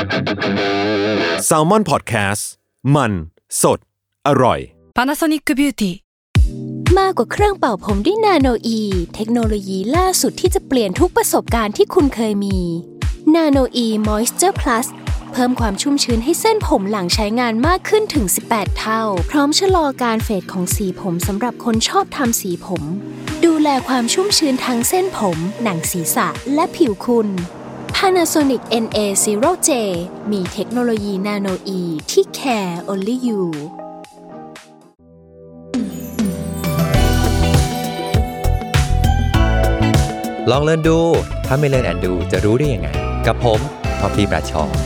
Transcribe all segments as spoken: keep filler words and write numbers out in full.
Salmon Podcast มันสดอร่อย Panasonic Beauty มากกว่าเครื่องเป่าผมด้วยนาโนอีเทคโนโลยีล่าสุดที่จะเปลี่ยนทุกประสบการณ์ที่คุณเคยมีนาโนอีมอยส์เจอร์พลัสเพิ่มความชุ่มชื้นให้เส้นผมหลังใช้งานมากขึ้นถึงสิบแปดเท่าพร้อมชะลอการเฟดของสีผมสำหรับคนชอบทำสีผมดูแลความชุ่มชื้นทั้งเส้นผมหนังศีรษะและผิวคุณ Panasonic เอ็น เอ ศูนย์ เจ มีเทคโนโลยีนาโนอีที่ care only you ลองเรียนดูถ้าไม่เรียนแอนดูจะรู้ได้ยังไงกับผมท็อปปี้ปราชญ์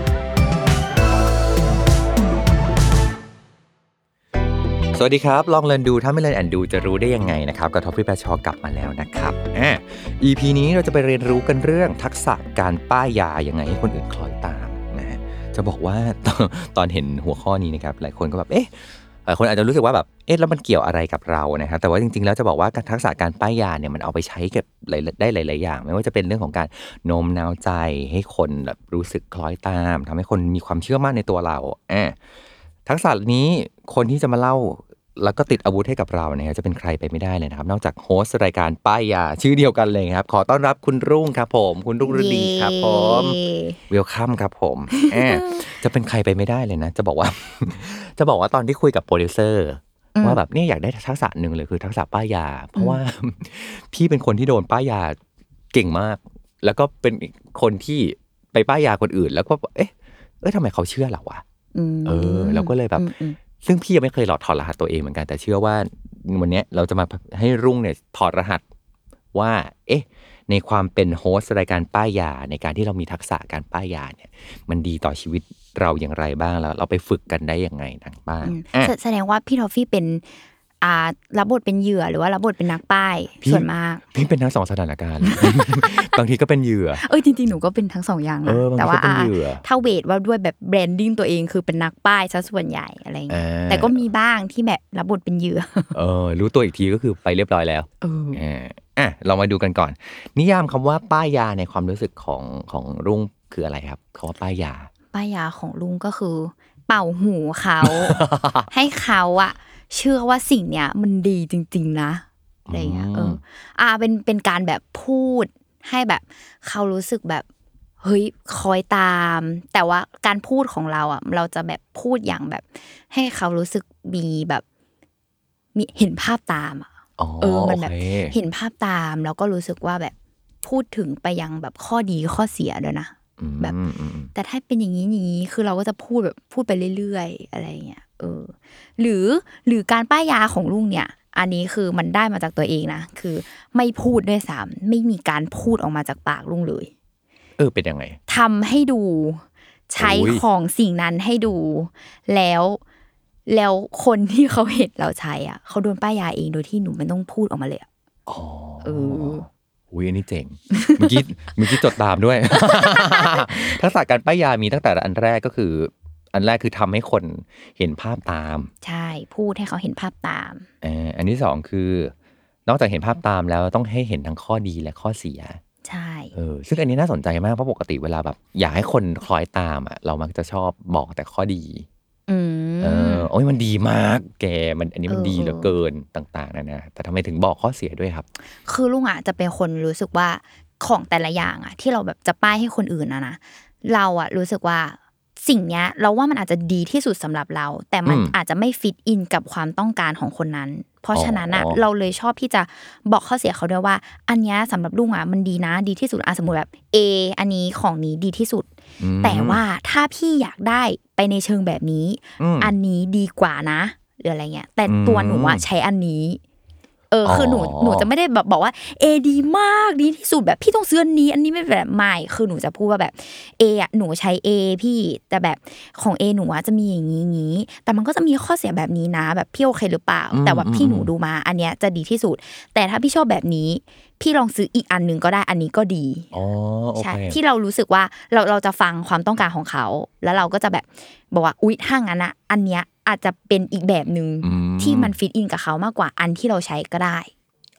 สวัสดีครับลองเรียนดูถ้าไม่เรียนแอนดูจะรู้ได้ยังไงนะครับกับท็อปปี้ปราชญ์กลับมาแล้วนะครับอ่า อี พี นี้เราจะไปเรียนรู้กันเรื่องทักษะการป้ายยายังไงให้คนอื่นคล้อยตามนะฮะจะบอกว่าตอนตอนเห็นหัวข้อนี้นะครับหลายคนก็แบบเอ๊ะหลายคนอาจจะรู้สึกว่าแบบเอ๊ะแล้วมันเกี่ยวอะไรกับเรานะครับแต่ว่าจริงๆแล้วจะบอกว่าทักษะการป้ายยาเนี่ยมันเอาไปใช้กับได้หลายๆอย่างไม่ว่าจะเป็นเรื่องของการโน้มน้าวใจให้คนแบบรู้สึกคล้อยตามทำให้คนมีความเชื่อมั่นในตัวเราอ่าทักษะนี้คนที่จะมาเล่าแล้วก็ติดอาวุธให้กับเราเนี่ยจะเป็นใครไปไม่ได้เลยนะครับนอกจากโฮสต์รายการป้ายยาชื่อเดียวกันเลยครับขอต้อนรับคุณรุ่งครับผมคุณรุ่งฤดีครับผมเวลคัมครับผมแอบจะเป็นใครไปไม่ได้เลยนะจะบอกว่า จะบอกว่าตอนที่คุยกับโปรดิวเซอร์ว่าแบบเนี่ยอยากได้ทักษะหนึ่งเลยคือทักษะป้ายยาเพราะว่า พี่เป็นคนที่โดนป้ายยาเก่งมากแล้วก็เป็นคนที่ไปป้ายยาคนอื่นแล้วก็เอ๊ะเอ้ยทำไมเขาเชื่อเราวะเออเราก็เลยแบบซึ่งพี่ยังไม่เคยหลอดถอดรหัสตัวเองเหมือนกันแต่เชื่อว่าวันนี้เราจะมาให้รุ่งเนี่ยถอดรหัสว่าเอ๊ะในความเป็นโฮสต์รายการป้ายยาในการที่เรามีทักษะการป้ายยาเนี่ยมันดีต่อชีวิตเราอย่างไรบ้างแล้วเราไปฝึกกันได้ยังไงทางบ้างแสดงว่าพี่ทอฟฟี่เป็นอ่ารับบทเป็นเหยื่อหรือว่ารับบทเป็นนักป้ายส่วนมากพี่เป็นทั้งสองสถานการณ์ บางทีก็เป็นเหยื่อเอ้ยจริงๆหนูก็เป็นทั้งสองอย่างนะแต่ว่าถ้าเวทว่าด้วยแบบแบรนดิ้งตัวเองคือเป็นนักป้ายซะส่วนใหญ่อะไรอย่างเงี้ยแต่ก็มีบ้างที่แบบรับบทเป็นเหยื่อเออรู้ตัวอีกทีก็คือไปเรียบร้อยแล้วเอออ่ะเรามาดูกันก่อนนิยามคำว่าป้ายยาในความรู้สึกของของรุ่งคืออะไรครับคำว่าป้ายยาป้ายยาของลุงก็คือเป่าหูเขา ให้เขาอะเชื่อว่าสิ่งเนี้ยมันดีจริงๆนะอะไรเงี้ยเอออ่าเป็นเป็นการแบบพูดให้แบบเขารู้สึกแบบเฮ้ยคอยตามแต่ว่าการพูดของเราอ่ะเราจะแบบพูดอย่างแบบให้เขารู้สึกมีแบบมีเห็นภาพตามอ่ะเออมันแบบเห็นภาพตามแล้วก็รู้สึกว่าแบบพูดถึงไปยังแบบข้อดีข้อเสียด้วยนะแบบแต่ถ้าเป็นอย่างนี้อย่างนี้คือเราก็จะพูดแบบพูดไปเรื่อยๆอะไรเงี้ยเออหรือหรือการป้ายยาของลุงเนี่ยอันนี้คือมันได้มาจากตัวเองนะคือไม่พูดด้วยซ้ำไม่มีการพูดออกมาจากปากลุงเลยเออเป็นยังไงทำให้ดูใช้ของสิ่งนั้นให้ดูแล้วแล้วคนที่เขาเห็นเราใช้อ่ะเขาโดนป้ายยาเองโดยที่หนูไม่ต้องพูดออกมาเลยอ๋อเอออุ้ยอันนี้เจ๋งเมื่อกี้เมื่อกี้จดตามด้วย ทักษะการป้ายยามีตั้งแต่อันแรกก็คืออันแรกคือทำให้คนเห็นภาพตามใช่พูดให้เขาเห็นภาพตามเอออันที่สองคือนอกจากเห็นภาพตามแล้วต้องให้เห็นทั้งข้อดีและข้อเสียใช่เออซึ่งอันนี้น่าสนใจมากเพราะปกติเวลาแบบอยากให้คนคล้อยตามอ่ะเรามักจะชอบบอกแต่ข้อดีอืมเออโอ้ยมันดีมากแกมันอันนี้มันดีเหลือเกินต่างๆนะนะแต่ทำไมถึงบอกข้อเสียด้วยครับคือลุงอ่ะจะเป็นคนรู้สึกว่าของแต่ละอย่างอ่ะที่เราแบบจะป้ายให้คนอื่นนะนะเราอ่ะรู้สึกว่าสิ่งเนี้ยเราว่ามันอาจจะดีที่สุดสำหรับเราแต่มันอาจจะไม่ฟิตอินกับความต้องการของคนนั้นเพราะฉะนั้นอ่ะเราเลยชอบที่จะบอกข้อเสียเขาด้วยว่าอันเนี้ยสำหรับลุงอ่ะมันดีนะดีที่สุดอ่ะสมมุติแบบ A อันนี้ของนี้ดีที่สุดแต่ว่าถ้าพี่อยากได้ไปในเชิงแบบนี้อันนี้ดีกว่านะหรืออะไรเงี้ยแต่ตัวหนูอ่ะใช้อันนี้เออคือหนูหนูจะไม่ได้แบบบอกว่า A ดีมากดีที่สุดแบบพี่ต้องซื้ออันนี้อันนี้ไม่แบบไม่คือหนูจะพูดว่าแบบ A อ่ะหนูใช้ A พี่แต่แบบของ A หนูอ่ะจะมีอย่างงี้งี้แต่มันก็จะมีข้อเสียแบบนี้นะแบบพี่โอเคหรือเปล่าแต่ว่าพี่หนูดูมาอันเนี้ยจะดีที่สุดแต่ถ้าพี่ชอบแบบนี้พี่ลองซื้ออีกอันนึงก็ได้อันนี้ก็ดีอ๋อโอเคใช่ที่เรารู้สึกว่าเราเราจะฟังความต้องการของเขาแล้วเราก็จะแบบบอกว่าอุ๊ยถ้างั้นอ่ะอันเนี้ยอาจจะเป็นอีกแบบนึงที่มันฟิตอินกับเขามากกว่าอันที่เราใช้ก็ได้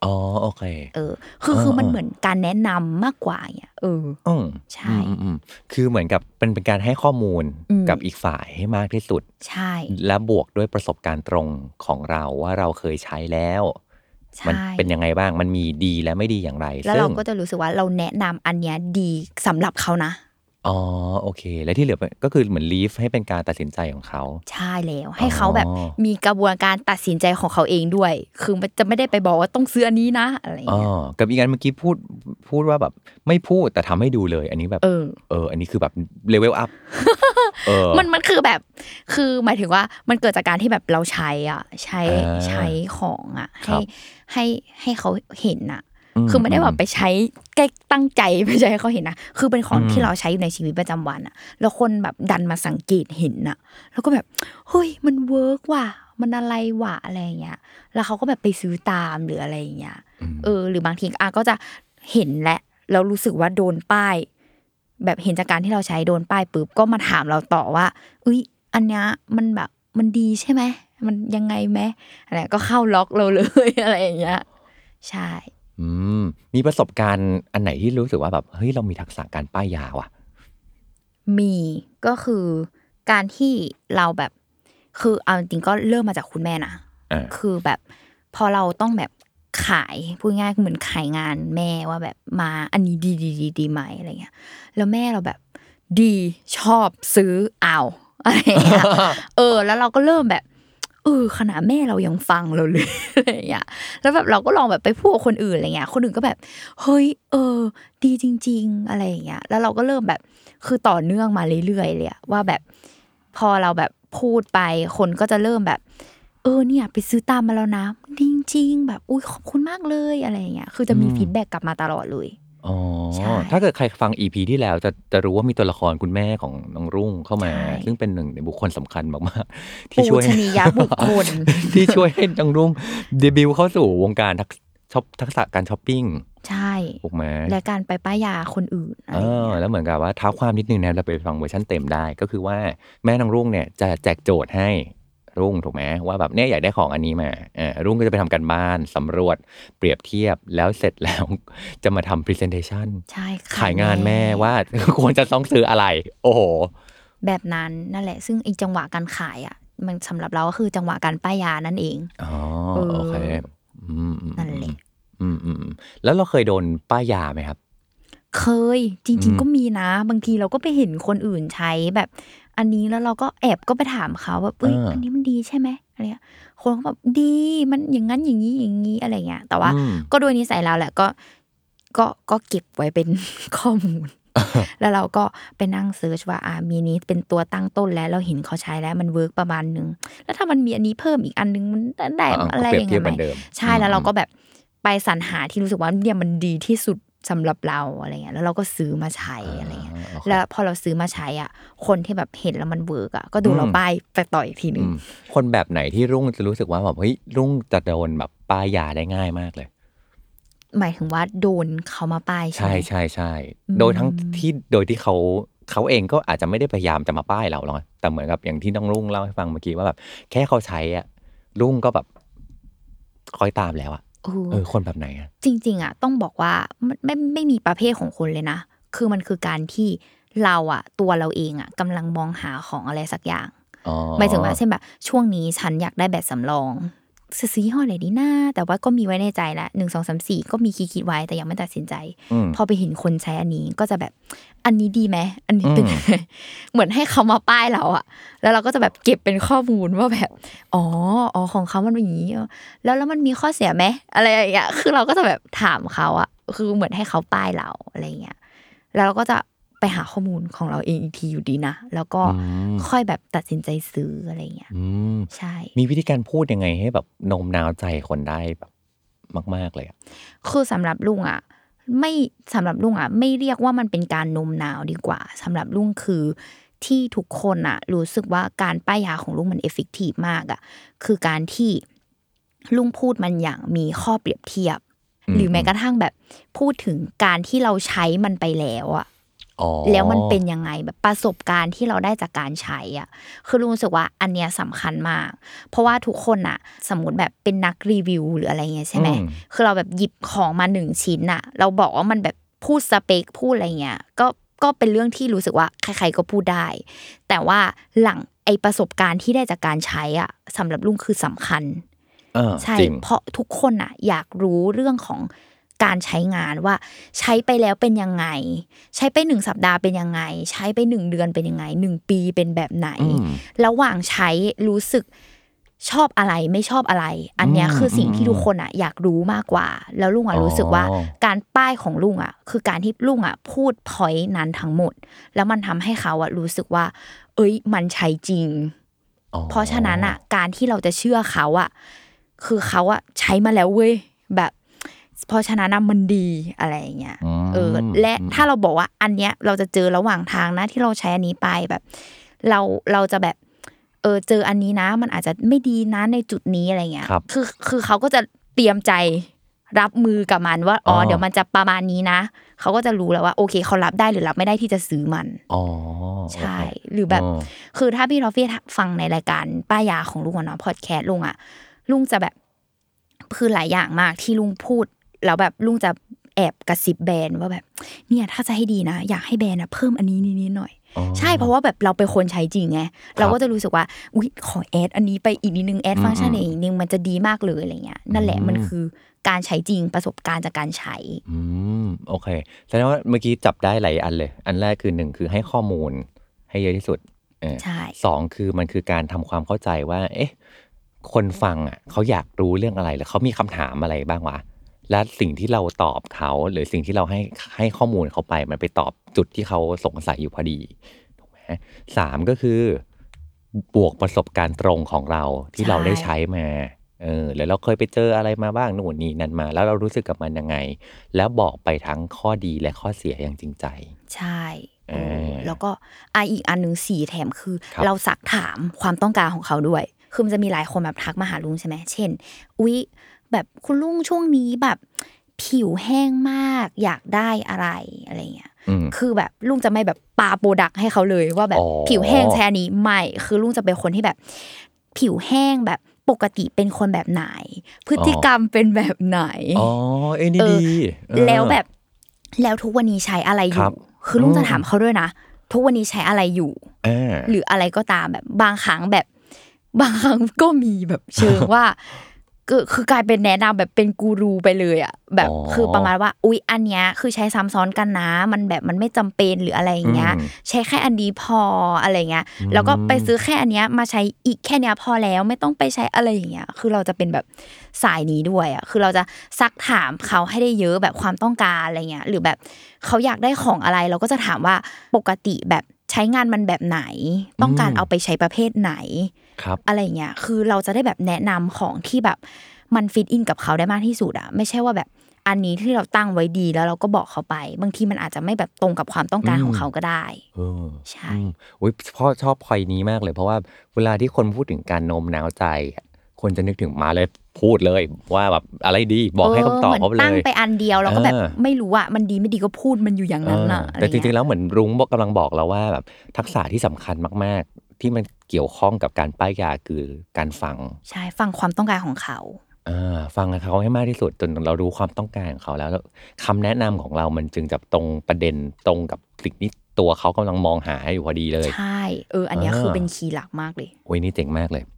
อ๋อโอเคเออคือคือมันเหมือนการแนะนำมากกว่าเนี่ยเอออืมใช่อืมๆคือเหมือนกับเป็นเป็นการให้ข้อมูลกับอีกฝ่ายให้มากที่สุดใช่และบวกด้วยประสบการณ์ตรงของเราว่าเราเคยใช้แล้วมันเป็นยังไงบ้างมันมีดีและไม่ดีอย่างไรแล้วเราก็จะรู้สึกว่าเราแนะนำอันเนี้ยดีสำหรับเขานะอ๋อโอเคและที่เหลือก็คือเหมือนลีฟให้เป็นการตัดสินใจของเขาใช่แล้วให้เขาแบบมีกระบวนการตัดสินใจของเขาเองด้วยคือมันจะไม่ได้ไปบอกว่าต้องซื้ออันนี้นะอะไรอย่างเงี้ยอ๋อกับอีกอันเมื่อกี้พูดพูดว่าแบบไม่พูดแต่ทำให้ดูเลยอันนี้แบบเออเอออันนี้คือแบบเลเวลอัพเออมันมันคือแบบคือหมายถึงว่ามันเกิดจากการที่แบบเราใช้อ่ะใช้ใช้ของอ่ะให้ให้ให้เขาเห็นอ่ะคือไม่ได้แบบไปใช้ใกล้ตั้งใจไปใช้ให้เขาเห็นนะคือเป็นของที่เราใช้อยู่ในชีวิตประจำวันอ่ะแล้วคนแบบดันมาสังเกตเห็นอ่ะแล้วก็แบบเฮ้ยมันเวิร์กว่ะมันอะไรว่ะอะไรอย่างเงี้ยแล้วเขาก็แบบไปซื้อตามหรืออะไรอย่างเงี้ยเออหรือบางทีอ่ะก็จะเห็นและแล้วรู้สึกว่าโดนป้ายแบบเห็นจากการที่เราใช้โดนป้ายปุ๊บก็มาถามเราต่อว่าอุ้ยอันเนี้ยมันแบบมันดีใช่ไหมมันยังไงไหมอะไรก็เข้าล็อกเราเลยอะไรอย่างเงี้ยใช่อืมมีประสบการณ์อันไหนที่รู้สึกว่าแบบเฮ้ยเรามีทักษะการป้ายยาว่ะมีก็คือการที่เราแบบคือเอาจริงก็เริ่มมาจากคุณแม่นะคือแบบพอเราต้องแบบขายพูดง่ายเหมือนขายงานแม่ว่าแบบมาอันนี้ดีดีดีดีไหมอะไรเงี้ยแล้วแม่เราแบบดีชอบซื้อเอาอะไรเงี้ยเออแล้วเราก็เริ่มแบบเออขนาดแม่เรายังฟังเราเลยอะไรเงี้ยแล้วแบบเราก็ลองแบบไปพูดกับคนอื่นอะไรเงี้ยคนอื่นก็แบบเฮ้ยเออดีจริงๆอะไรอย่างเงี้ยแล้วเราก็เริ่มแบบคือต่อเนื่องมาเรื่อยๆเลยว่าแบบพอเราแบบพูดไปคนก็จะเริ่มแบบเออเนี่ยไปซื้อตามมาแล้วนะจริงๆแบบอุ้ยขอบคุณมากเลยอะไรอย่างเงี้ยคือจะมีฟีดแบ็กกลับมาตลอดเลยอ๋อถ้าเกิดใครฟัง อี พี ที่แล้วจะจะรู้ว่ามีตัวละครคุณแม่ของน้องรุ่งเข้ามาซึ่งเป็นหนึ่งในบุคคลสำคัญมากๆที่ช่วยปูชนียบุคคลที่ช่วยให้น้องรุ่งเดบิวต์เข้าสู่วงการช็อปทักษะการช้อปปิ้งใช่ถูกไหมและการไปป้ายยาคนอื่นอะไรอย่างเงี้ยแล้วเหมือนกับว่าเท้าความนิดนึงนะเราไปฟังเวอร์ชันเต็มได้ก็คือว่าแม่น้องรุ่งเนี่ยจะแจกโจทย์ให้รุ่งถูกไหมว่าแบบเนี่ยอยากได้ของอันนี้มาอ่ารุ่งก็จะไปทำการบ้านสำรวจเปรียบเทียบแล้วเสร็จแล้วจะมาทำ presentation ใช่ขายงานแม่ว่าควรจะต้องซื้ออะไรโอ้โหแบบนั้นนั่นแหละซึ่งอีกจังหวะการขายอ่ะมันสำหรับเราก็คือจังหวะการป้ายยานั่นเองอ๋อโอเคนั่นแหละอืมอืมแล้วเราเคยโดนป้ายยาไหมครับเคยจริงๆก็มีนะบางทีเราก็ไปเห็นคนอื่นใช้แบบอันนี้แล้วเราก็แอบก็ไปถามเขาแบบเอ้ยอันนี้มันดีใช่ไหมอะไรเงี้ยคนก็แบบดีมันอย่างนั้นอย่างนี้อย่างนี้อะไรเงี้ยแต่ว่าก็โดยนิสัยเราแหละก็ก็ก็เก็บไว้เป็นข้อมูลแล้วเราก็ไปนั่งเซิร์ชว่าอ่ามีนี้เป็นตัวตั้งต้นแล้วเราเห็นเขาใช้แล้วมันเวิร์กประมาณนึงแล้วถ้ามันมีอันนี้เพิ่มอีกอันนึงมันได้อะไรอย่างเงี้ยไหมใช่แล้วเราก็แบบไปสรรหาที่รู้สึกว่าเนี่ยมันดีที่สุดสำหรับเราอะไรเงี้ยแล้วเราก็ซื้อมาใช้อะไรเงี้ยแล้วพอเราซื้อมาใช้อ่ะคนที่แบบเห็นแล้วมันเวิร์กอ่ะก็ดูเราป้ายไปต่ออีกทีนึงคนแบบไหนที่รุ่งจะรู้สึกว่าแบบเฮ้ยรุ่งจะโดนแบบป้ายยาได้ง่ายมากเลยหมายถึงว่าโดนเขามาป้ายใช่ใช่ใช่ใช่โดยทั้งที่โดยที่เขาเขาเองก็อาจจะไม่ได้พยายามจะมาป้ายเราหรอกแต่เหมือนกับอย่างที่น้องรุ่งเล่าให้ฟังเมื่อกี้ว่าแบบแค่เขาใช้อ่ะรุ่งก็แบบคอยตามแล้วอ่ะเออคนแบบไหนอ่ะจริงๆอ่ะต้องบอกว่าไม่ไม่มีประเภทของคนเลยนะคือมันคือการที่เราอ่ะตัวเราเองอ่ะกำลังมองหาของอะไรสักอย่างหมายถึงว่าเช่นแบบช่วงนี้ฉันอยากได้แบตสำรองซื้อยี่ห้อไหนดีนะแต่ว่าก็มีไว้ในใจละหนึ่งสองสามสี่ก็มีคิดไว้แต่ยังไม่ตัดสินใจพอไปเห็นคนใช้อันนี้ก็จะแบบอันนี้ดีไหมอันนี้เป็นยังไงเหมือนให้เขามาป้ายเราอะแล้วเราก็จะแบบเก็บเป็นข้อมูลว่าแบบอ๋ออ๋อของเขามันเป็นอย่างนี้แล้วแล้วมันมีข้อเสียไหมอะไรอย่างเงี้ยคือเราก็จะแบบถามเขาอะคือเหมือนให้เขาป้ายเราอะไรเงี้ยแล้วเราก็จะไปหาข้อมูลของเราเองอีกทีอยู่ดีนะแล้วก็ค่อยแบบตัดสินใจซื้ออะไรเงี้ยใช่มีวิธีการพูดยังไงให้แบบโน้มน้าวใจคนได้แบบมากๆเลยอ่ะคือสำหรับลุงอ่ะไม่สำหรับลุงอ่ะไม่เรียกว่ามันเป็นการโน้มน้าวดีกว่าสำหรับลุงคือที่ทุกคนอ่ะรู้สึกว่าการป้ายยาของลุงมันเอฟเฟกตีฟมากอ่ะคือการที่ลุงพูดมันอย่างมีข้อเปรียบเทียบหรือแม้กระทั่งแบบพูดถึงการที่เราใช้มันไปแล้วอ่ะแล้วมันเป็นยังไงแบบประสบการณ์ที่เราได้จากการใช้อ่ะคือรู้สึกว่าอันเนี้ยสำคัญมากเพราะว่าทุกคนอ่ะสมมติแบบเป็นนักรีวิวหรืออะไรเงี้ยใช่ไหมคือเราแบบหยิบของมาหนึ่งชิ้นอ่ะเราบอกว่ามันแบบพูดสเปคพูดอะไรเงี้ยก็ก็เป็นเรื่องที่รู้สึกว่าใครๆก็พูดได้แต่ว่าหลังไอประสบการณ์ที่ได้จากการใช้อ่ะสำหรับลุงคือสำคัญใช่เพราะทุกคนอ่ะอยากรู้เรื่องของการใช้งานว่าใช้ไปแล้วเป็นยังไงใช้ไปหนึ่งสัปดาห์เป็นยังไงใช้ไปหนึ่งเดือนเป็นยังไงหนึ่งปีเป็นแบบไหนระหว่างใช้รู้สึกชอบอะไรไม่ชอบอะไรอันเนี้ยคือสิ่งที่ทุกคนอ่ะอยากรู้มากกว่าแล้วลุงอ่ะรู้สึกว่าการป้ายของลุงอ่ะคือการที่ลุงอ่ะพูดพอยต์นั้นทั้งหมดแล้วมันทำให้เขาอ่ะรู้สึกว่าเอ้ยมันใช้จริงเพราะฉะนั้นอ่ะการที่เราจะเชื่อเขาอ่ะคือเขาอ่ะใช้มาแล้วเว้ยแบบเพราะฉะนั้นมันดีอะไรอย่างเงี้ยเออและถ้าเราบอกว่าอันเนี้ยเราจะเจอระหว่างทางนะที่เราใช้อันนี้ไปแบบเราเราจะแบบเออเจออันนี้นะมันอาจจะไม่ดีนะในจุดนี้อะไรเงี้ยคือคือเขาก็จะเตรียมใจรับมือกับมันว่าอ๋อเดี๋ยวมันจะประมาณนี้นะเขาก็จะรู้แล้วว่าโอเคเขารับได้หรือรับไม่ได้ที่จะซื้อมันอ๋อใช่หรือแบบคือถ้าพี่ทอฟฟี่ฟังในรายการป้ายยาของลุงเนาะพอดแคสต์ลุงอ่ะลุงจะแบบคือหลายอย่างมากที่ลุงพูดแล้วแบบลุงจะแอบกระซิบแบรนด์ว่าแบบเนี่ยถ้าจะให้ดีนะอยากให้แบรนด์เพิ่มอันนี้นิดๆหน่อยใช่เพราะว่าแบบเราเป็นคนใช้จริงไงเราก็จะรู้สึกว่าอุ๊ยขอแอดอันนี้ไปอีกนิดนึงแอดฟังก์ชันอีกนิดนึงมันจะดีมากเลยอะไรเงี้ยนั่นแหละมันคือการใช้จริงประสบการณ์จากการใช้อืมโอเคแสดงว่าเมื่อกี้จับได้หลายอันเลยอันแรกคือหนึ่งคือให้ข้อมูลให้เยอะที่สุดใช่สองคือมันคือการทำความเข้าใจว่าเอ๊ะคนฟังอ่ะเขาอยากรู้เรื่องอะไรหรือเขามีคำถามอะไรบ้างวะและสิ่งที่เราตอบเขาหรือสิ่งที่เราให้ให้ข้อมูลเขาไปมันไปตอบจุดที่เขาสงสัยอยู่พอดีถูกไหมสามก็คือบวกประสบการณ์ตรงของเราที่เราได้ใช้มาเออแล้วเราเคยไปเจออะไรมาบ้างนู่นนี่นั่นมาแล้วเรารู้สึกกับมันยังไงแล้วบอกไปทั้งข้อดีและข้อเสียอย่างจริงใจใช่แล้วก็อ่ะอีกอันนึงสี่แถมคือเราซักถามความต้องการของเขาด้วยคือมันจะมีหลายคนแบบทักมาหาลุงใช่ไหมเช่นอุ๊ยแบบคุณลุงช่วงนี้แบบผิวแห้งมากอยากได้อะไรอะไรเงี้ยคือแบบลุงจะไม่แบบปาโปรดักต์ให้เขาเลยว่าแบบผิวแห้งแค่นี้ไม่คือลุงจะเป็นคนที่แบบผิวแห้งแบบปกติเป็นคนแบบไหนพฤติกรรมเป็นแบบไหนอ๋อเอ้ยนี่ดีแล้วแบบแล้วทุกวันนี้ใช้อะไรอยู่คือลุงจะถามเขาด้วยนะทุกวันนี้ใช้อะไรอยู่หรืออะไรก็ตามแบบบางครั้งแบบบางครั้งก็มีแบบเชิงว่าก็คือกลายเป็นแนะนำแบบเป็นกูรูไปเลยอ่ะแบบคือประมาณว่าอุ๊ยอันเนี้ยคือใช้ซ้ำซ้อนกันนะมันแบบมันไม่จำเป็นหรืออะไรอย่างเงี้ยใช้แค่อันนี้พออะไรเงี้ยแล้วก็ไปซื้อแค่อันเนี้ยมาใช้อีกแค่เนี้ยพอแล้วไม่ต้องไปใช้อะไรอย่างเงี้ยคือเราจะเป็นแบบสายนี้ด้วยอ่ะคือเราจะซักถามเขาให้ได้เยอะแบบความต้องการอะไรเงี้ยหรือแบบเขาอยากได้ของอะไรเราก็จะถามว่าปกติแบบใช้งานมันแบบไหนต้องการเอาไปใช้ประเภทไหนอะไรเงี้ยคือเราจะได้แบบแนะนำของที่แบบมันฟิตอินกับเขาได้มากที่สุดอ่ะไม่ใช่ว่าแบบอันนี้ที่เราตั้งไว้ดีแล้วเราก็บอกเขาไปบางทีมันอาจจะไม่แบบตรงกับความต้องการของเขาก็ได้ใช่อุ๊ยพ่อชอบพอยนี้มากเลยเพราะว่าเวลาที่คนพูดถึงการโน้มน้าวใจคนจะนึกถึงมาเลยพูดเลยว่าแบบอะไรดีบอกให้คำตอบเขาไปเลยตั้งไปอันเดียวแล้วก็แบบไม่รู้อ่ะมันดีไม่ดีก็พูดมันอยู่อย่างนั้นน่ะแต่จริงๆแล้วเหมือนรุ้งกำลังบอกเราว่าแบบทักษะที่สำคัญมากๆที่มันเกี่ยวข้องกับการป้ายยาคือการฟังใช่ฟังความต้องการของเขาอ่าฟังเขาให้มากที่สุดจนเรารู้ความต้องการของเขาแล้วคำแนะนำของเรามันจึงจะตรงประเด็นตรงกับสิ่งที่ตัวเขากำลังมองหาอยู่พอดีเลยใช่เอออันนี้คือเป็นคีย์หลักมากเลยโอ้ยนี่เจ๋งมากเลย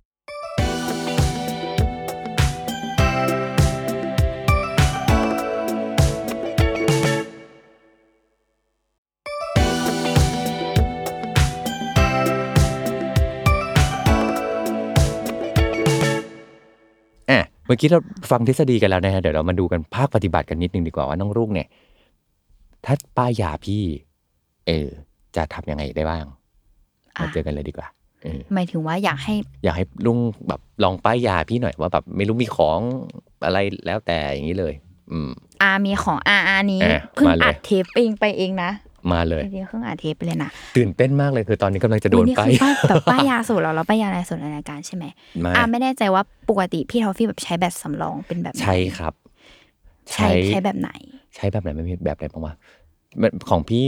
เมื่อกี้เราฟังทฤษฎีกันแล้วนะฮะเดี๋ยวเรามาดูกันภาคปฏิบัติกันนิดนึงดีกว่าว่าน้องรุ่งเนี่ยถ้าป้ายยาพี่เออจะทำยังไงได้บ้างมาเจอกันเลยดีกว่าหมายถึงว่าอยากให้อยากให้ลุงแบบลองป้ายยาพี่หน่อยว่าแบบไม่รู้มีของอะไรแล้วแต่อย่างนี้เลยอืมอ่ามีของอ่าอ่านี้เพิ่งอัดเทปเองไปเองนะมาเลยเดี๋ยวเพิ่งอัดเทปไปเลยนะตื่นเต้นมากเลยคือตอนนี้กำลังจะโดนป้ายแบบป้ายยาสูตรเราเราป้ายยาอะไรสูตรในรายการใช่ไหมอ่าไม่แน่ใจว่าปกติพี่ทอฟฟี่แบบใช้แบบสำรองเป็นแบบใช่ครับใช้ใช้แบบไหนใช้แบบไหนไม่มีแบบไหนบ้างวะของพี่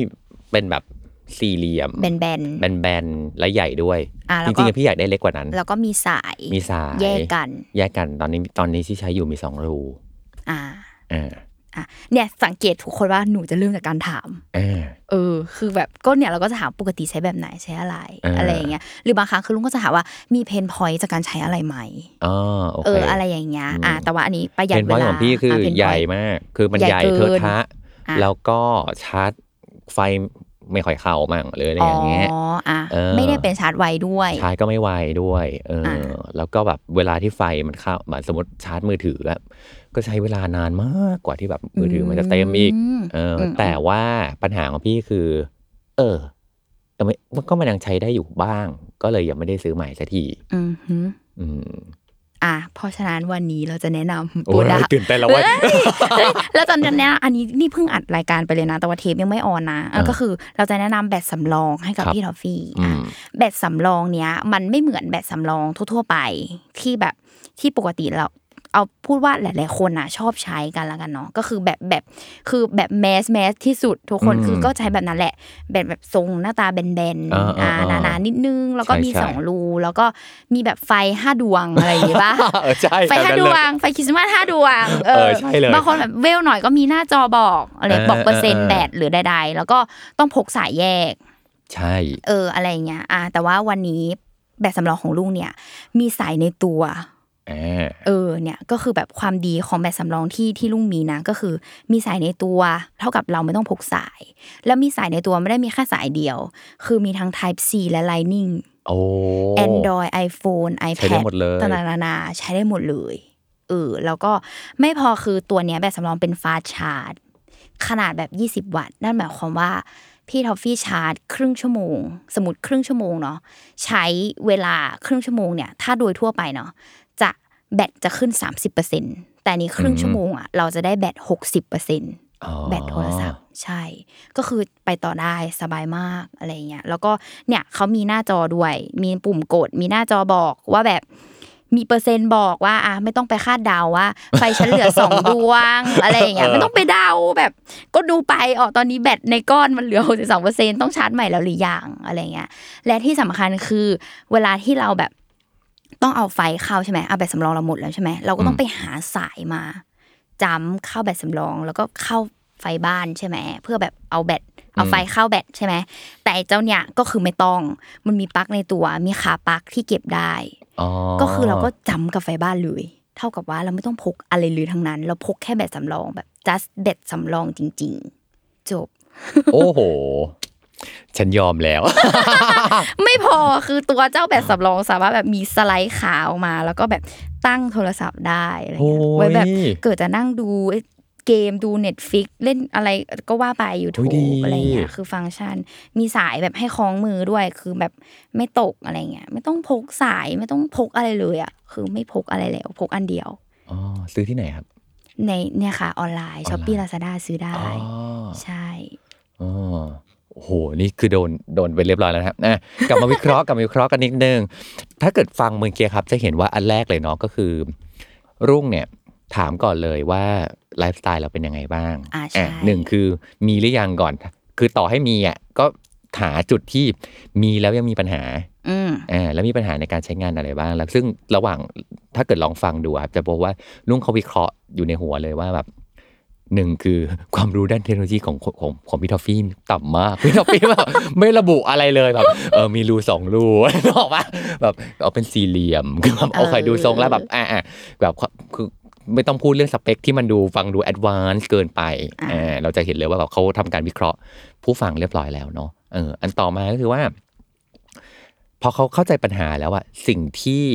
เป็นแบบสี่เหลี่ยมแบนๆแบนๆและใหญ่ด้วยจริงๆพี่อยากได้เล็กกว่านั้นแล้วก็มีสายมีสายแยกกันแยกกันตอนนี้ตอนนี้ที่ใช้อยู่มีสองรูอ่าอ่าอ่ะเนี่ยสังเกตทุกคนว่าหนูจะเริ่มจากการถามเออเออคือแบบก็เนี่ยเราก็จะถามปกติใช้แบบไหนใช้อะไรอะไรอย่างเงี้ยหรือบางครั้งคือลุงก็จะถามว่ามีเพนพอยต์จากการใช้อะไรไหมอ๋อโอเคเอออะไรอย่างเงี้ยอ่ะแต่ว่าอันนี้ประหยัดเวลาเพนพอยต์ของพี่คือใหญ่มากคือมันใหญ่เทอะทะแล้วก็ชาร์จไฟไม่ค่อยเข้ามั่งเลยอะไรอย่างเงี้ยอ๋ออ่ะไม่ได้เป็นชาร์จไวด้วยชาร์จก็ไม่ไวด้วยเออแล้วก็แบบเวลาที่ไฟมันเข้าแบบสมมติชาร์จมือถืออะก็ใช้เวลานานมากกว่าที่แบบมือถือมันจะเต็มอีกเออแต่ว่าปัญหาของพี่คือเออแต่มันก็มันยังใช้ได้อยู่บ้างก็เลยยังไม่ได้ซื้อใหม่สักทีอือฮึอืมอ่ะเพราะฉะนั้นวันนี้เราจะแนะนำโปรดักต์ตื่นเต้นแล้วว่าแล้วตอนนี้อันนี้นี่เพิ่งอัดรายการไปเลยนะแต่ว่าเทปยังไม่ออนนะก็คือเราจะแนะนำแบตสำรองให้กับพี่ทอฟฟี่แบตสำรองเนี้ยมันไม่เหมือนแบตสำรองทั่วๆไปที่แบบที่ปกติเราเอาพูดว่าหลายๆคนน่ะชอบใช้กันแล้วกันเนาะก็คือแบบแบบคือแบบแมสแมสที่สุดทุกคนคือก็ใช้แบบนั้นแหละแบบแบบทรงหน้าตาแบนๆอ่าหนาๆนิดนึงแล้วก็มีสองรูแล้วก็มีแบบไฟห้าดวงอะไรอย่างงี้ป่ะไฟห้าดวงไฟคริสต์มาสห้าดวงเออบางคนแบบเวลหน่อยก็มีหน้าจอบอกอะไรบอกเปอร์เซ็นต์แบตหรือใดๆแล้วก็ต้องพกสายแยกใช่เอออะไรอย่างเงี้ยอ่ะแต่ว่าวันนี้แบตสำรองของลุงเนี่ยมีสายในตัวเออเนี่ยก็คือแบบความดีของแบตสำรองที่ที่ลุงมีนะก็คือมีสายในตัวเท่ากับเราไม่ต้องพกสายแล้วมีสายในตัวไม่ได้มีแค่สายเดียวคือมีทั้ง Type C และ Lightning โอ้ Android iPhone iPad ใช้ได้หมดเลยต่างๆนานาใช้ได้หมดเลยเออแล้วก็ไม่พอคือตัวเนี้ยแบตสำรองเป็น Fast Charge ขนาดแบบยี่สิบวัตต์นั่นหมายความว่าพี่ทอฟฟี่ชาร์จครึ่งชั่วโมงสมมุติครึ่งชั่วโมงเนาะใช้เวลาครึ่งชั่วโมงเนี่ยถ้าโดยทั่วไปเนาะจะแบตจะขึ้น สามสิบเปอร์เซ็นต์ แต่นี้ครึ่งชั่วโมงอ่ะเราจะได้แบต หกสิบเปอร์เซ็นต์ แบตโทรศัพท์ใช่ก็คือไปต่อได้สบายมากอะไรเงี้ยแล้วก็เนี่ยเขามีหน้าจอด้วยมีปุ่มกดมีหน้าจอบอกว่าแบบมีเปอร์เซ็นต์บอกว่าอ่ะไม่ต้องไปคาดเดาว่าไฟฉันเหลือสองดวงอะไรอย่างเงี้ยไม่ต้องไปเดาแบบก็ดูไปอ๋อตอนนี้แบตในก้อนมันเหลือ หกสิบสองเปอร์เซ็นต์ ต้องชาร์จใหม่แล้วหรือยังอะไรเงี้ยและที่สำคัญคือเวลาที่เราแบบต้องเอาไฟเข้าใช่ไหมเอาแบตสำรองเราหมดแล้วใช่ไหมเราก็ต้องไปหาสายมาจำเข้าแบตสำรองแล้วก็เข้าไฟบ้านใช่ไหมเพื่อแบบเอาแบตเอาไฟเข้าแบตใช่ไหมแต่เจ้าเนี่ยก็คือไม่ต้องมันมีปลั๊กในตัวมีขาปลั๊กที่เก็บได้ก็คือเราก็จำกับไฟบ้านเลยเท่ากับว่าเราไม่ต้องพกอะไรเลยทั้งนั้นเราพกแค่แบตสำรองแบบ just แบตสำรองจริงๆจบโอ้โหฉันยอมแล้วไม่พอคือตัวเจ้าแบตสำรองสามารถแบบมีสไลด์ขาออกมาแล้วก็แบบตั้งโทรศัพท์ได้อะไรเงี้ยไว้แบบเกิดจะนั่งดูเกมดู Netflix เล่นอะไรก็ว่าไป YouTube อะไรเงี้ยคือฟังก์ชันมีสายแบบให้คล้องมือด้วยคือแบบไม่ตกอะไรเงี้ยไม่ต้องพกสายไม่ต้องพกอะไรเลยอ่ะคือไม่พกอะไรแล้วพกอันเดียวอ๋อซื้อที่ไหนครับในเนี่ยค่ะออนไลน์ Shopee Lazada ซื้อได้ใช่อ๋อโอ้โหนี่คือโดนโดนไปเรียบร้อยแล้วครับนะกลับมาวิเคราะห์กลับมาวิเคราะห์กันนิดนึงถ้าเกิดฟังเมื่อกี้ครับจะเห็นว่าอันแรกเลยเนาะก็คือรุ่งเนี่ยถามก่อนเลยว่าไลฟ์สไตล์เราเป็นยังไงบ้างอ่ะหนึ่งคือมีหรือยังก่อนคือต่อให้มีอ่ะก็หาจุดที่มีแล้วยังมีปัญหาอ่าแล้วมีปัญหาในการใช้งานอะไรบ้างแล้วซึ่งระหว่างถ้าเกิดลองฟังดูครับจะบอกว่ารุ่งเขาวิเคราะห์อยู่ในหัวเลยว่าแบบหนึ่งคือความรู้ด้านเทคโนโลยีของของของพี่ทอฟฟี่ต่ำมากพี่ทอฟฟี่แบบไม่ระบุอะไรเลยแบบเออมีรูสองรูนึกออกป่ะแบบเอาเป็นสี่เหลี่ยมคือแบบโอเคดูทรงแล้วแบบอ่าแบบคือไม่ต้องพูดเรื่องสเปคที่มันดูฟังดูแอดวานซ์เกินไปอ่าเราจะเห็นเลยว่าแบบเขาทำการวิเคราะห์ผู้ฟังเรียบร้อยแล้วเนาะเอออันต่อมาก็คือว่าพอเขาเข้าใจปัญหาแล้วอะสิ่งที่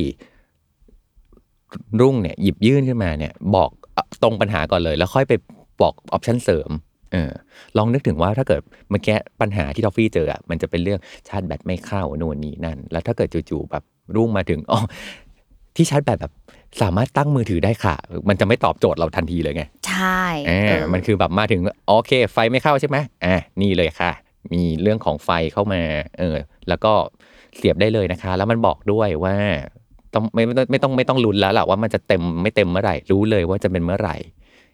รุ่งเนี่ยหยิบยื่นขึ้นมาเนี่ยบอกตรงปัญหาก่อนเลยแล้วค่อยไปบอกออปชั่นเสริมเออลองนึกถึงว่าถ้าเกิดเมื่อกี้ปัญหาที่ทอฟฟี่เจออ่ะมันจะเป็นเรื่องชาร์จแบตไม่เข้าโน่นนี่นั่นแล้วถ้าเกิดจู่ๆแบบรุ่งมาถึงอ๋อที่ชาร์จแบตแบบสามารถตั้งมือถือได้ค่ะมันจะไม่ตอบโจทย์เราทันทีเลยไงใช่เออมันคือแบบมาถึงโอเคไฟไม่เข้าใช่ไหมอ่ะนี่เลยค่ะมีเรื่องของไฟเข้ามาเออแล้วก็เสียบได้เลยนะคะแล้วมันบอกด้วยว่าต้องไม่ไม่ต้องไม่ต้องไม่ต้องลุ้นแล้วแหละว่ามันจะเต็มไม่เต็มเมื่อไหร่รู้เลยว่าจะเป็นเมื่อไหร่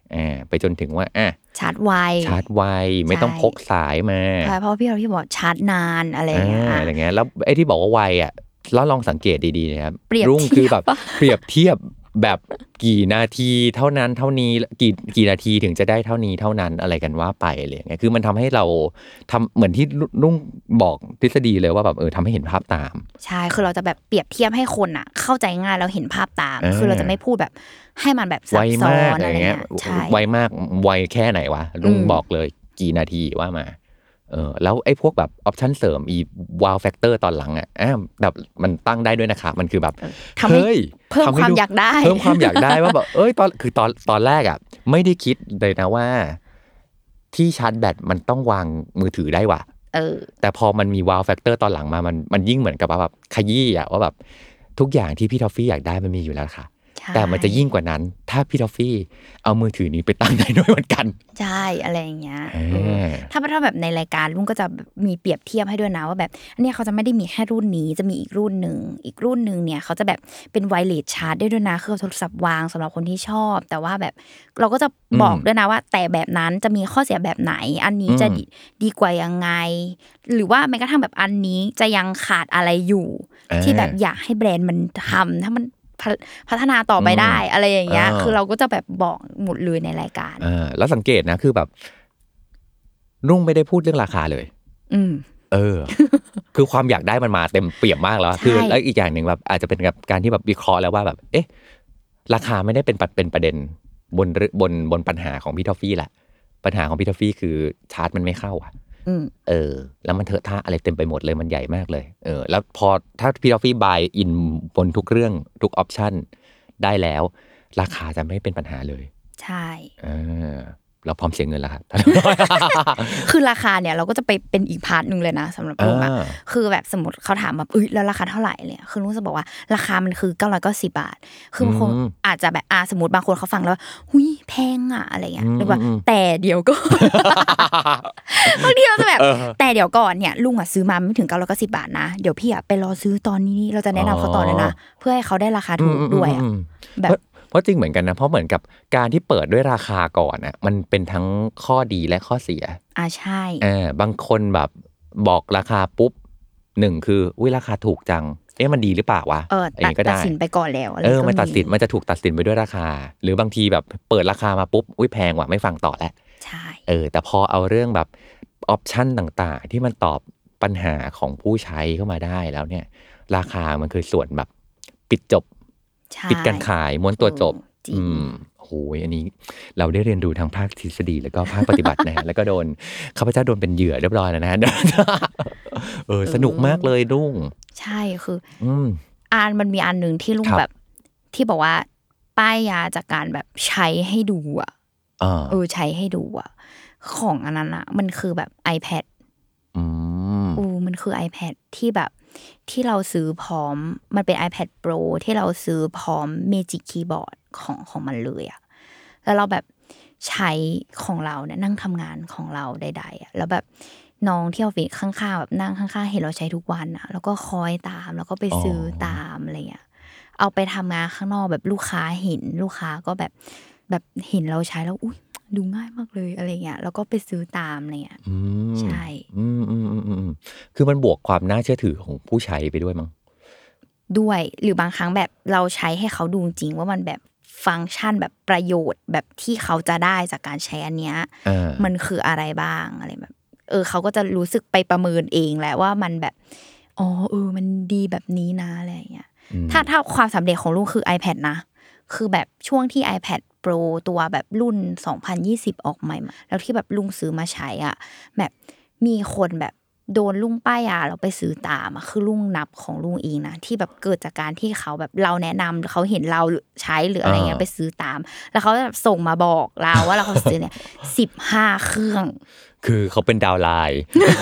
อ่าไปจนถึงว่าอ่ะชาร์จไวชาร์จไวไม่ต้องพกสายมาใช่เพราะพี่เราพี่บอกชาร์จนานอะไรอย่างเงี้ยอะไรเงี้ยแล้วไอ้ที่บอกว่าไวอ่ะแล้วลองสังเกตดีๆนะครับรุ่งคือแบบเปรียบเทียบแบบกี่นาทีเท่านั้นเท่านี้กี่กี่นาทีถึงจะได้เท่านี้เท่านั้นอะไรกันว่าไปอะไรเงี้ยคือมันทำให้เราทำเหมือนที่รุ่งบอกทฤษฎีเลยว่าแบบเออทำให้เห็นภาพตามใช่คือเราจะแบบเปรียบเทียบให้คนอ่ะเข้าใจง่ายแล้วเห็นภาพตามคือเราจะไม่พูดแบบให้มันแบบซับซ้อนอะไรเงี้ยไวมากไวแค่ไหนวะรุ่งบอกเลยกี่นาทีว่ามาเออแล้วไอ้พวกแบบออปชั่นเสริมอีวาวแฟกเตอร์ตอนหลังอ่ะแบบมันตั้งได้ด้วยนะคะมันคือแบบเฮ้ยเพิ่มความอยากได้เพิ่มความอยากได้ว่าแบบเอ้ยตอนคือตอนตอนแรกอ่ะไม่ได้คิดเลยนะว่าที่ชาร์จแบตมันต้องวางมือถือได้ว่ะเออแต่พอมันมีวาวแฟกเตอร์ตอนหลังมามันมันยิ่งเหมือนกับว่าแบบขยี้อ่ะว่าแบบทุกอย่างที่พี่ทอฟฟี่อยากได้มันมีอยู่แล้วค่ะแต่มันจะยิ่งกว่านั้นถ้าพี่ทอฟฟี่เอามือถือนี้ไปตั้งได้ด้วยเหมือนกันใช่อะไรอย่างเงี้ยถ้าถ้าแบบในรายการลุงก็จะมีเปรียบเทียบให้ด้วยนะว่าแบบอันนี้เขาจะไม่ได้มีแค่รุ่นนี้จะมีอีกรุ่นนึงอีกรุ่นนึงเนี่ยเขาจะแบบเป็นไวเลสชาร์จได้ด้วยนะคือโทรศัพท์วางสำหรับคนที่ชอบแต่ว่าแบบเราก็จะบอกด้วยนะว่าแต่แบบนั้นจะมีข้อเสียแบบไหนอันนี้จะดีกว่ายังไงหรือว่าแม้กระทั่งแบบอันนี้จะยังขาดอะไรอยู่ที่แบบอยากให้แบรนด์มันทำถ้ามันพัฒนาต่อไปได้อะไรอย่างเงี้ยคือเราก็จะแบบบอกหมดเลยในรายการเออแล้วสังเกตนะคือแบบรุ่งไม่ได้พูดเรื่องราคาเลยอืมเออ คือความอยากได้มันมาเต็มเปี่ยมมากแล้วคือแล้วอีกอย่างหนึ่งแบบอาจจะเป็นกับการที่แบบวิเคราะห์แล้วว่าแบบเอ๊ะราคาไม่ได้เป็นเป็นประเด็นบนบนบนปัญหาของพี่ทอฟฟี่แหละปัญหาของพี่ทอฟฟี่คือชาร์จมันไม่เข้าอ่ะเออแล้วมันเถอะท่าอะไรเต็มไปหมดเลยมันใหญ่มากเลยเออแล้วพอถ้าพี่ทอฟฟี่บายอินบนทุกเรื่องทุกออปชั่นได้แล้วราคาจะไม่เป็นปัญหาเลยใช่เออเราพร้อมเสียเงินแล้วครับคือราคาเนี่ยเราก็จะไปเป็นอีกพาร์ทนึงเลยนะสำหรับลุงอ่ะคือแบบสมมติเขาถามแบบเอ้ยแล้วราคาเท่าไหร่เลยคือลุงจะบอกว่าราคามันคือเก้าร้อยเก้าสิบบาทคือบางคนอาจจะแบบอ่าสมมติบางคนเขาฟังแล้วหุยแพงอ่ะอะไรเงี้ยหรือว่าแต่เดี๋ยวก็บางทีเราจะแบบแต่เดี๋ยวก่อนเนี่ยลุงอ่ะซื้อมาไม่ถึงเก้าร้อยเก้าสิบบาทนะเดี๋ยวพี่อ่ะไปรอซื้อตอนนี้เราจะแนะนำเขาต่อเลยนะเพื่อให้เขาได้ราคาถูกด้วยอ่ะแบบเพราะจริงเหมือนกันนะเพราะเหมือนกับการที่เปิดด้วยราคาก่อนน่ะมันเป็นทั้งข้อดีและข้อเสียอ่าใช่เออบางคนแบบบอกราคาปุ๊บหนึ่งคืออุ้ยราคาถูกจังเอ๊ะมันดีหรือเปล่าวะเออตัดสินไปก่อนแล้วเออมันตัดสินมันจะถูกตัดสินไปด้วยราคาหรือบางทีแบบเปิดราคามาปุ๊บอุ้ยแพงว่ะไม่ฟังต่อแล้วใช่เออแต่พอเอาเรื่องแบบออปชั่นต่างๆที่มันตอบปัญหาของผู้ใช้เข้ามาได้แล้วเนี่ยราคามันคือส่วนแบบปิดจบปิดการขายม้วนตัวจบอืมโหยอันนี้เราได้เรียนรู้ทั้งภาคทฤษฎีแล้วก็ภาคปฏิบัตินะฮะแล้วก็โดนข้าพเจ้าโดนเป็นเหยื่อเรียบร้อยแล้วนะเออสนุกมากเลยรุ่งใช่คืออืมอ่านมันมีอันนึงที่ลุงแบบที่บอกว่าป้ายยาจากการแบบใช้ให้ดูอ่ะเออใช้ให้ดูอ่ะของอันนั้นอ่ะมันคือแบบ iPad อืมโอ้มันคือ iPad ที่แบบที่เราซื้อพร้อมมันเป็น iPad Pro ที่เราซื้อพร้อม Magic Keyboard ของของมันเลยอ่ะแล้วเราแบบใช้ของเราเนี่ยนั่งทำงานของเราใดๆอ่ะแล้วแบบน้องที่ออฟฟิศข้างๆแบบนั่งข้างๆเห็นเราใช้ทุกวันอ่ะแล้วก็คอยตามแล้วก็ไปซื้อตามอะไรเงี้ยเอาไปทำงานข้างนอกแบบลูกค้าเห็นลูกค้าก็แบบแบบเห็นเราใช้แล้วอุ๊ยดูง่ายมากเลยอะไรเงี้ยแล้วก็ไปซื้อตามอะไรเงี้ยใช่อืมอืมอืมอืมคือมันบวกความน่าเชื่อถือของผู้ใช้ไปด้วยมั้งด้วยหรือบางครั้งแบบเราใช้ให้เขาดูจริงว่ามันแบบฟังก์ชันแบบประโยชน์แบบที่เขาจะได้จากการใช้อันเนี้ยมันคืออะไรบ้างอะไรแบบเออเขาก็จะรู้สึกไปประเมินเองแหละว่ามันแบบอ๋อเออมันดีแบบนี้นะอะไรอย่างเงี้ยถ้าถ้าความสำเร็จของลุงคือ iPad นะคือแบบช่วงที่ iPad Pro ตัวแบบรุ่นสองพันยี่สิบออกใหม่แล้วที่แบบลุงซื้อมาใช้อ่ะแบบมีคนแบบโดนลุงป้ายยาเราไปซื้อตามอ่ะคือลุงนับของลุงเองนะที่แบบเกิดจากการที่เขาแบบเราแนะนำเขาเห็นเราใช้หรืออะไรเงี้ยไปซื้อตามแล้วเขาแบบส่งมาบอกเราว่าเราเขาซื้อเนี่ยสิบห้าเครื่องคือเขาเป็นดาวไลน์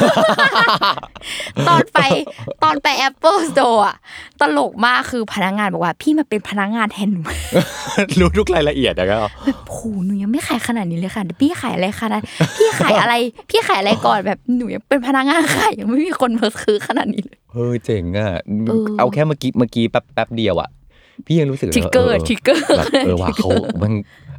ตอนไปตอนไป Apple Store อ่ะตลกมากคือพนักงานบอกว่าพี่มาเป็นพนักงานแทนหนูรู้ทุกรายละเอียดนะก็แบบโหหนูยังไม่ขายขนาดนี้เลยค่ะพี่ขายอะไรขนาดพี่ขายอะไรพี่ขายอะไรก่อนแบบหนูยังเป็นพนักงานขายยังไม่มีคนมาซื้อขนาดนี้เลยเฮ้ยเจ๋งอ่ะเอาแค่เมื่อกี้เมื่อกี้แป๊บแป๊บเดียวอ่ะพี่ยังรู้สึกทิกเกอร์ทิกเกอร์แบบเออว่าเขามัน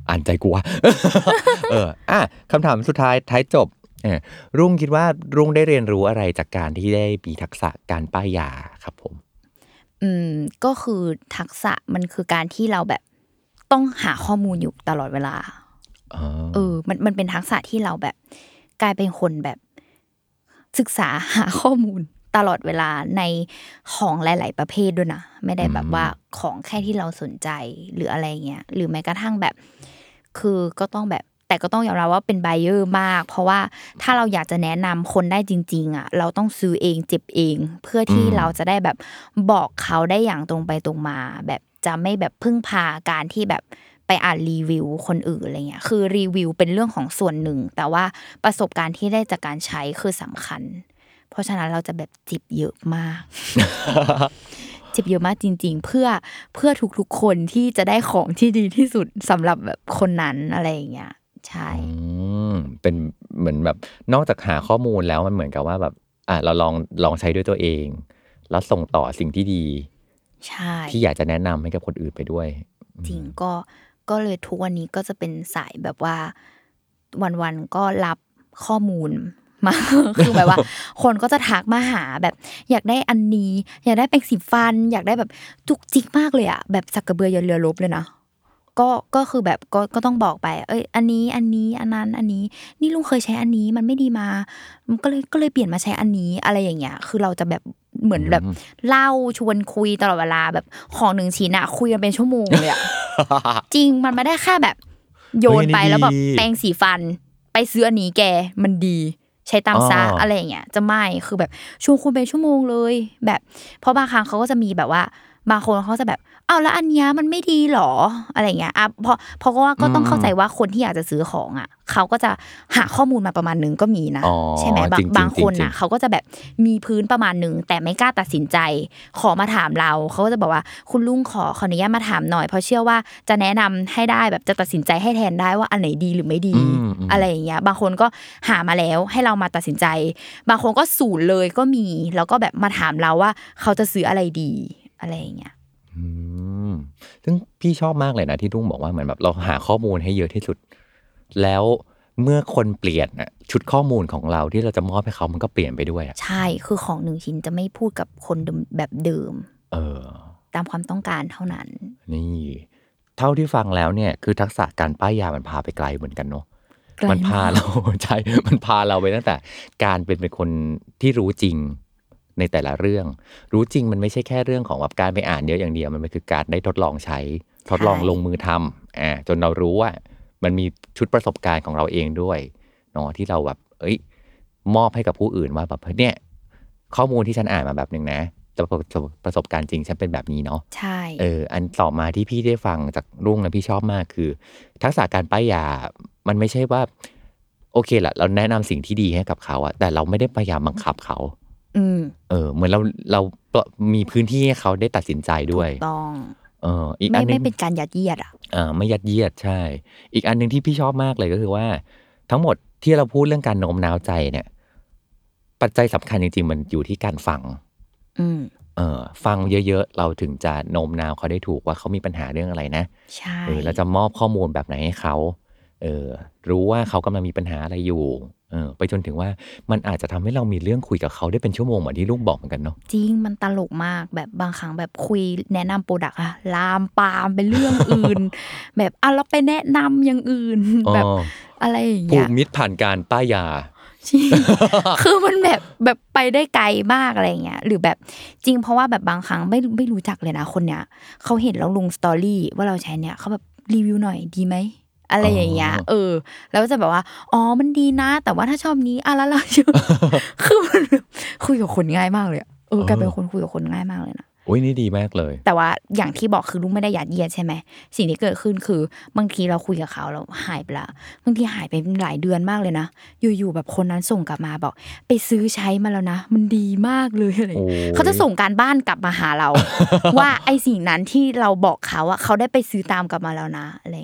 อ่านใจกูวะ เอออ่ะคำถามสุดท้ายท้ายจบเออรุ่งคิดว่ารุ่งได้เรียนรู้อะไรจากการที่ได้มีทักษะการป้ายยาครับผมอืมก็คือทักษะมันคือการที่เราแบบต้องหาข้อมูลอยู่ตลอดเวลาเออมันมันเป็นทักษะที่เราแบบกลายเป็นคนแบบศึกษาหาข้อมูลตลอดเวลาในของหลายๆประเภทด้วยนะไม่ได้แบบว่าของแค่ที่เราสนใจหรืออะไรเงี้ยหรือแม้กระทั่งแบบคือก็ต้องแบบแต่ก็ต้องยอมรับว่าเป็นไบเออร์มากเพราะว่าถ้าเราอยากจะแนะนำคนได้จริงๆอ่ะเราต้องซื้อเองเจ็บเองเพื่อที่เราจะได้แบบบอกเขาได้อย่างตรงไปตรงมาแบบจะไม่แบบพึ่งพาการที่แบบไปอ่านรีวิวคนอื่นอะไรเงี้ยคือรีวิวเป็นเรื่องของส่วนหนึ่งแต่ว่าประสบการณ์ที่ได้จากการใช้คือสำคัญเพราะฉะนั้นเราจะแบบจิบเยอะมาก จิบเยอะมากจริงๆเพื่อเพื่อทุกๆคนที่จะได้ของที่ดีที่สุดสำหรับแบบคนนั้นอะไรอย่างเงี้ยใช่เป็นเหมือนแบบนอกจากหาข้อมูลแล้วมันเหมือนกับว่าแบบอ่ะเราลองลองใช้ด้วยตัวเองแล้วส่งต่อสิ่งที่ดีใช่ที่อยากจะแนะนำให้กับคนอื่นไปด้วยจริงก็ก็เลยทุกวันนี้ก็จะเป็นสายแบบว่าวันๆก็รับข้อมูลมาคือแบบว่าคนก็จะทักมาหาแบบอยากได้อันนี้อยากได้แปรงสีฟันอยากได้แบบจุกจิกมากเลยอ่ะแบบสักกระเบือยันเรือรบเลยนะก็ก็คือแบบก็ก็ต้องบอกไปเอ้ยอันนี้อันนี้อันนั้นอันนี้นี่ลุงเคยใช้อันนี้มันไม่ดีมาก็เลยก็เลยเปลี่ยนมาใช้อันนี้อะไรอย่างเงี้ยคือเราจะแบบเหมือนแบบเล่าชวนคุยตลอดเวลาแบบของหนึ่งชิ้นอะคุยกันเป็นชั่วโมงเลยอะจริงมันไม่ได้แค่แบบโยนไปแล้วแบบแปรงสีฟันไปซื้ออันนี้แกมันดีใช้ตามซะอะไรอย่างเงี้ยจะไม่คือแบบชวนคุยเป็นชั่วโมงเลยแบบเพราะบางครั้งเขาก็จะมีแบบว่าบางคนเขาจะแบบอ้าวแล้วอันเนี้ยมันไม่ดีหรออะไรเงี้ยอ่ะเพราะเพราะว่าก็ต้องเข้าใจว่าคนที่อยากจะซื้อของอ่ะเขาก็จะหาข้อมูลมาประมาณนึงก็มีนะใช่ไหมบางบางคนอ่ะเขาก็จะแบบมีพื้นประมาณนึงแต่ไม่กล้าตัดสินใจขอมาถามเราเขาก็จะบอกว่าคุณลุงขอขออนุญาตมาถามหน่อยเพราะเชื่อว่าจะแนะนำให้ได้แบบจะตัดสินใจให้แทนได้ว่าอันไหนดีหรือไม่ดีอะไรอย่างเงี้ยบางคนก็หามาแล้วให้เรามาตัดสินใจบางคนก็ศูนย์เลยก็มีแล้วก็แบบมาถามเราว่าเขาจะซื้ออะไรดีอะไรอย่างเงี้ยอืมซึ่งพี่ชอบมากเลยนะที่รุ่งบอกว่าเหมือนแบบเราหาข้อมูลให้เยอะที่สุดแล้วเมื่อคนเปลี่ยนน่ะชุดข้อมูลของเราที่เราจะมอบให้เขามันก็เปลี่ยนไปด้วยอ่ะใช่คือของหนึ่งชิ้นจะไม่พูดกับคนแบบเดิมเออตามความต้องการเท่านั้นนี่เท่าที่ฟังแล้วเนี่ยคือทักษะการป้ายยามันพาไปไกลเหมือนกันเนาะมันพาเราใช่มันพาเราไปตั้งแต่การเป็นเป็นคนที่รู้จริงในแต่ละเรื่องรู้จริงมันไม่ใช่แค่เรื่องของแบบการไปอ่านเยอะอย่างเดียวมันคือการได้ทดลองใช้ทดลองลงมือทำอ่าจนเรารู้ว่ามันมีชุดประสบการณ์ของเราเองด้วยเนาะที่เราแบบเอ้ยมอบให้กับผู้อื่นว่าแบบเนี่ยข้อมูลที่ฉันอ่านมาแบบนึงนะแต่ประสบการณ์จริงฉันเป็นแบบนี้เนาะใช่เอออันต่อมาที่พี่ได้ฟังจากรุ่งนะพี่ชอบมากคือทักษะการป้ายยามันไม่ใช่ว่าโอเคแหละเราแนะนำสิ่งที่ดีให้กับเขาอะแต่เราไม่ได้พยายามบังคับเขาอืมเออเหมือนเราเรามีพื้นที่ให้เขาได้ตัดสินใจด้วยถูกต้องเอออีกอันนึงไม่เป็นการยัดเยียดอ่ะอ่าไม่ยัดเยียดใช่อีกอันนึงที่พี่ชอบมากเลยก็คือว่าทั้งหมดที่เราพูดเรื่องการโน้มน้าวใจเนี่ยปัจจัยสำคัญจริงๆมันอยู่ที่การฟังอืมเออฟังเยอะๆเราถึงจะโน้มน้าวเขาได้ถูกว่าเขามีปัญหาเรื่องอะไรนะใช่เออเราจะมอบข้อมูลแบบไหนให้เขาเออรู้ว่าเขากำลังมีปัญหาอะไรอยู่เออไปจนถึงว่ามันอาจจะทำให้เรามีเรื่องคุยกับเขาได้เป็นชั่วโมงเหมือนที่ลูกบอกเหมือนกันเนาะจริงมันตลกมากแบบบางครั้งแบบคุยแนะนำโปรดักต์อะลามปามไปเรื่องอื่น แบบอ่ะเราไปแนะนำอย่างอื่นแบบอะไรอย่างเงี้ยผูกมิตรผ่านการป้ายยาคือมันแบบแบบไปได้ไกลมากอะไรเงี้ยหรือแบบจริงเพราะว่าแบบบางครั้งไม่ไม่รู้จักเลยนะคนเนี้ยเขาเห็นเราลงสตอรี่ว่าเราใช้เนี้ยเขาแบบรีวิวหน่อยดีไหมอะไรอย่างเงี้ยเออแล้วก็จะแบบว่าอ๋อมันดีนะแต่ว่าถ้าชอบนี้อ่ะแล้วเราคือมันคุยกับคนง่ายมากเลยเออกลายเป็นคนคุยกับคนง่ายมากเลยนะโอ้ยนี่ดีมากเลยแต่ว่าอย่างที่บอกคือลุงไม่ได้ยัดเยียดใช่ไหมสิ่งที่เกิดขึ้นคือบางทีเราคุยกับเขาเราหายไปละบางทีหายไปหลายเดือนมากเลยนะอยู่ๆแบบคนนั้นส่งกลับมาบอกไปซื้อใช้มาแล้วนะมันดีมากเลยอะไรเขาจะส่งการบ้านกลับมาหาเรา ว่าไอ้สิ่งนั้นที่เราบอกเขาอะเขาได้ไปซื้อตามกลับมาแล้วนะอะไรเงี้ย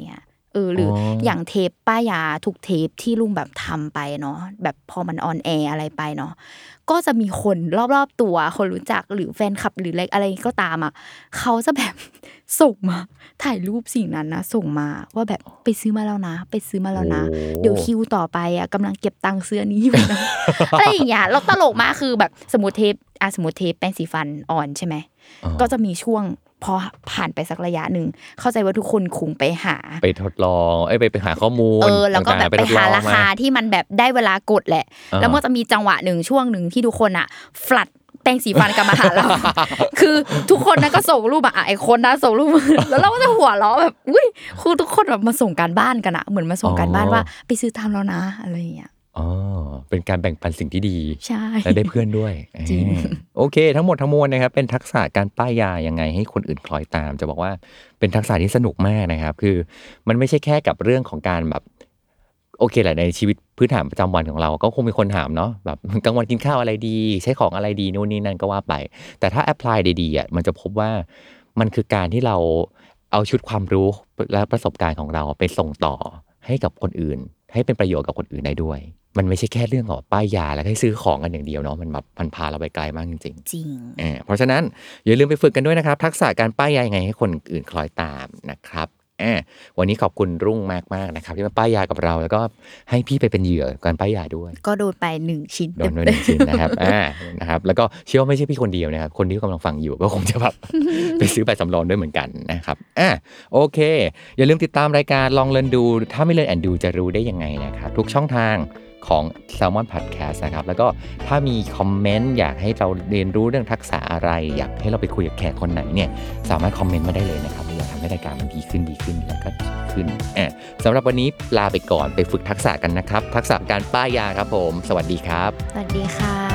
เออหรืออย่างเทปป้ายาทุกเทปที่ลุงแบบทำไปเนาะแบบพอมันออนแอร์อะไรไปเนาะก็จะมีคนรอบๆตัวคนรู้จักหรือแฟนคลับหรืออะไรก็ตามอ่ะเขาจะแบบส่งมาถ่ายรูปสิ่งนั้นนะส่งมาว่าแบบไปซื้อมาแล้วนะไปซื้อมาแล้วนะเดี๋ยวคิวต่อไปอ่ะกำลังเก็บตังค์ซื้อนี้อยู่นะ อะไรอย่างเงี้ยแล้วตลกมากคือแบบสมมุติเทปอ่ะสมมุติเทปแป้งสีฟันออนใช่ไหมก็จะมีช่วงพอผ่านไปสักระยะหนึ่งเข้าใจว่าทุกคนคงไปหาไปทดลองเอ้ยไปไปหาข้อมูลเออแล้วก็แบบไปหาราคาที่มันแบบได้เวลากดแหละแล้วมันจะมีจังหวะหนึ่งช่วงหนึ่งที่ทุกคนอ่ะฟลัดแป้งสีฟันกลับมาหาเรา คือทุกคนนั้นก็ส่งรูปมาไอ้คนนั้นส่งรูปแล้วเราก็จะหัวเราะแบบอุ้ยคือทุกคนแบบมาส่งการบ้านกันอะเหมือนมาส่งการบ้านว่าไปซื้อตามแล้วนะอะไรอย่างเงี้ยอ๋อเป็นการแบ่งปันสิ่งที่ดีใช่และได้เพื่อนด้วยจริงโอเคทั้งหมดทั้งมวลนะครับเป็นทักษะการป้ายยายังไงให้คนอื่นคล้อยตามจะบอกว่าเป็นทักษะที่สนุกมากนะครับคือมันไม่ใช่แค่กับเรื่องของการแบบโอเคแหละในชีวิตพื้นฐานประจำวันของเราก็คงมีคนถามเนาะแบบกลางวันกินข้าวอะไรดีใช้ของอะไรดีนู่นนี่นั่นก็ว่าไปแต่ถ้าแอพพลายดีๆอ่ะมันจะพบว่ามันคือการที่เราเอาชุดความรู้และประสบการณ์ของเราไปส่งต่อให้กับคนอื่นให้เป็นประโยชน์กับคนอื่นได้ด้วยมันไม่ใช่แค่เรื่องของป้ายยาแล้วให้ซื้อของกันอย่างเดียวเนาะมันแบบพันพาเราไปไกลมากจริงๆจริงเพราะฉะนั้นอย่าลืมไปฝึกกันด้วยนะครับทักษะการป้ายยายังไงให้คนอื่นคล้อยตามนะครับวันนี้ขอบคุณรุ่งมากๆนะครับที่มาป้ายยากับเราแล้วก็ให้พี่ไปเป็นเหยื่อการป้ายยาด้วยก็โดนไปหนึ่งชิ้นโดนไปหนึ่งชิ้นนะครับอ่านะครับแล้วก็เชื่อว่าไม่ใช่พี่คนเดียวนะครับคนที่กำลังฟังอยู่ก็คงจะแบบ ไปซื้อแบบสำรองด้วยเหมือนกันนะครับอ่าโอเคอย่าลืมติดตามรายการลองเรียนดูถ้าไม่เรียนแอนดูจะรู้ได้ยังไงนะครับทุกช่องทางของ Salmon Podcast นะครับแล้วก็ถ้ามีคอมเมนต์อยากให้เราเรียนรู้เรื่องทักษะอะไรอยากให้เราไปคุยกับแขกคนไหนเนี่ยสามารถคอมเมนต์มาได้เลยนะครับอยากทำให้รายการมันดีขึ้นดีขึ้นแล้วก็ดีขึ้นอ่ะสำหรับวันนี้ลาไปก่อนไปฝึกทักษะกันนะครับทักษะการป้ายยาครับผมสวัสดีครับสวัสดีค่ะ